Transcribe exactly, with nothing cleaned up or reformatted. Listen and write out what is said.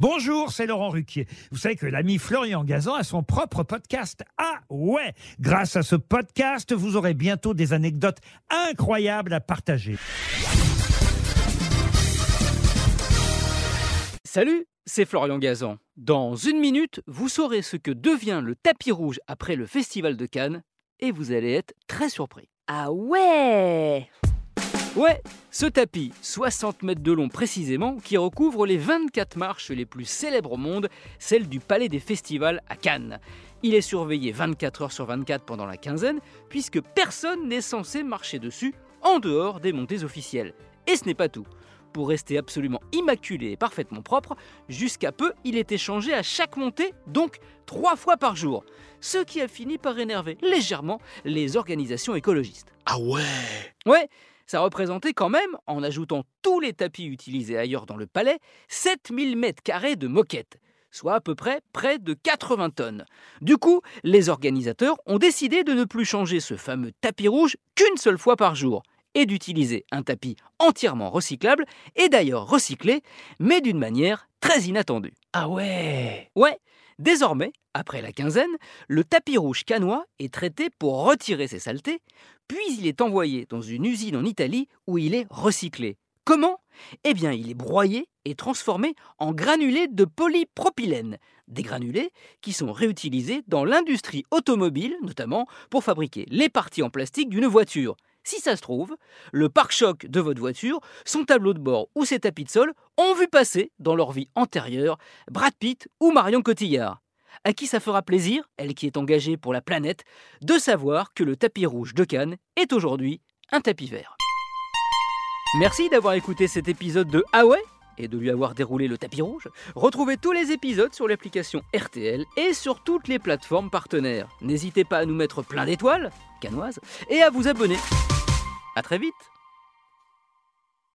Bonjour, c'est Laurent Ruquier. Vous savez que l'ami Florian Gazan a son propre podcast. Ah ouais! Grâce à ce podcast, vous aurez bientôt des anecdotes incroyables à partager. Salut, c'est Florian Gazan. Dans une minute, vous saurez ce que devient le tapis rouge après le Festival de Cannes et vous allez être très surpris. Ah ouais! Ouais, ce tapis, soixante mètres de long précisément, qui recouvre les vingt-quatre marches les plus célèbres au monde, celle du Palais des Festivals à Cannes. Il est surveillé vingt-quatre heures sur vingt-quatre pendant la quinzaine, puisque personne n'est censé marcher dessus en dehors des montées officielles. Et ce n'est pas tout. Pour rester absolument immaculé et parfaitement propre, jusqu'à peu, il était changé à chaque montée, donc trois fois par jour. Ce qui a fini par énerver légèrement les organisations écologistes. Ah ouais! Ouais, ça représentait quand même, en ajoutant tous les tapis utilisés ailleurs dans le palais, sept mille mètres carrés de moquette, soit à peu près près de quatre-vingts tonnes. Du coup, les organisateurs ont décidé de ne plus changer ce fameux tapis rouge qu'une seule fois par jour, et d'utiliser un tapis entièrement recyclable, et d'ailleurs recyclé, mais d'une manière très inattendue. Ah ouais! Ouais, désormais, après la quinzaine, le tapis rouge cannois est traité pour retirer ses saletés, puis il est envoyé dans une usine en Italie où il est recyclé. Comment ? Eh bien, il est broyé et transformé en granulés de polypropylène. Des granulés qui sont réutilisés dans l'industrie automobile, notamment pour fabriquer les parties en plastique d'une voiture. Si ça se trouve, le pare-choc de votre voiture, son tableau de bord ou ses tapis de sol ont vu passer, dans leur vie antérieure, Brad Pitt ou Marion Cotillard. À qui ça fera plaisir, elle qui est engagée pour la planète, de savoir que le tapis rouge de Cannes est aujourd'hui un tapis vert. Merci d'avoir écouté cet épisode de Ah ouais ? Et de lui avoir déroulé le tapis rouge. Retrouvez tous les épisodes sur l'application R T L et sur toutes les plateformes partenaires. N'hésitez pas à nous mettre plein d'étoiles, cannoises, et à vous abonner. À très vite.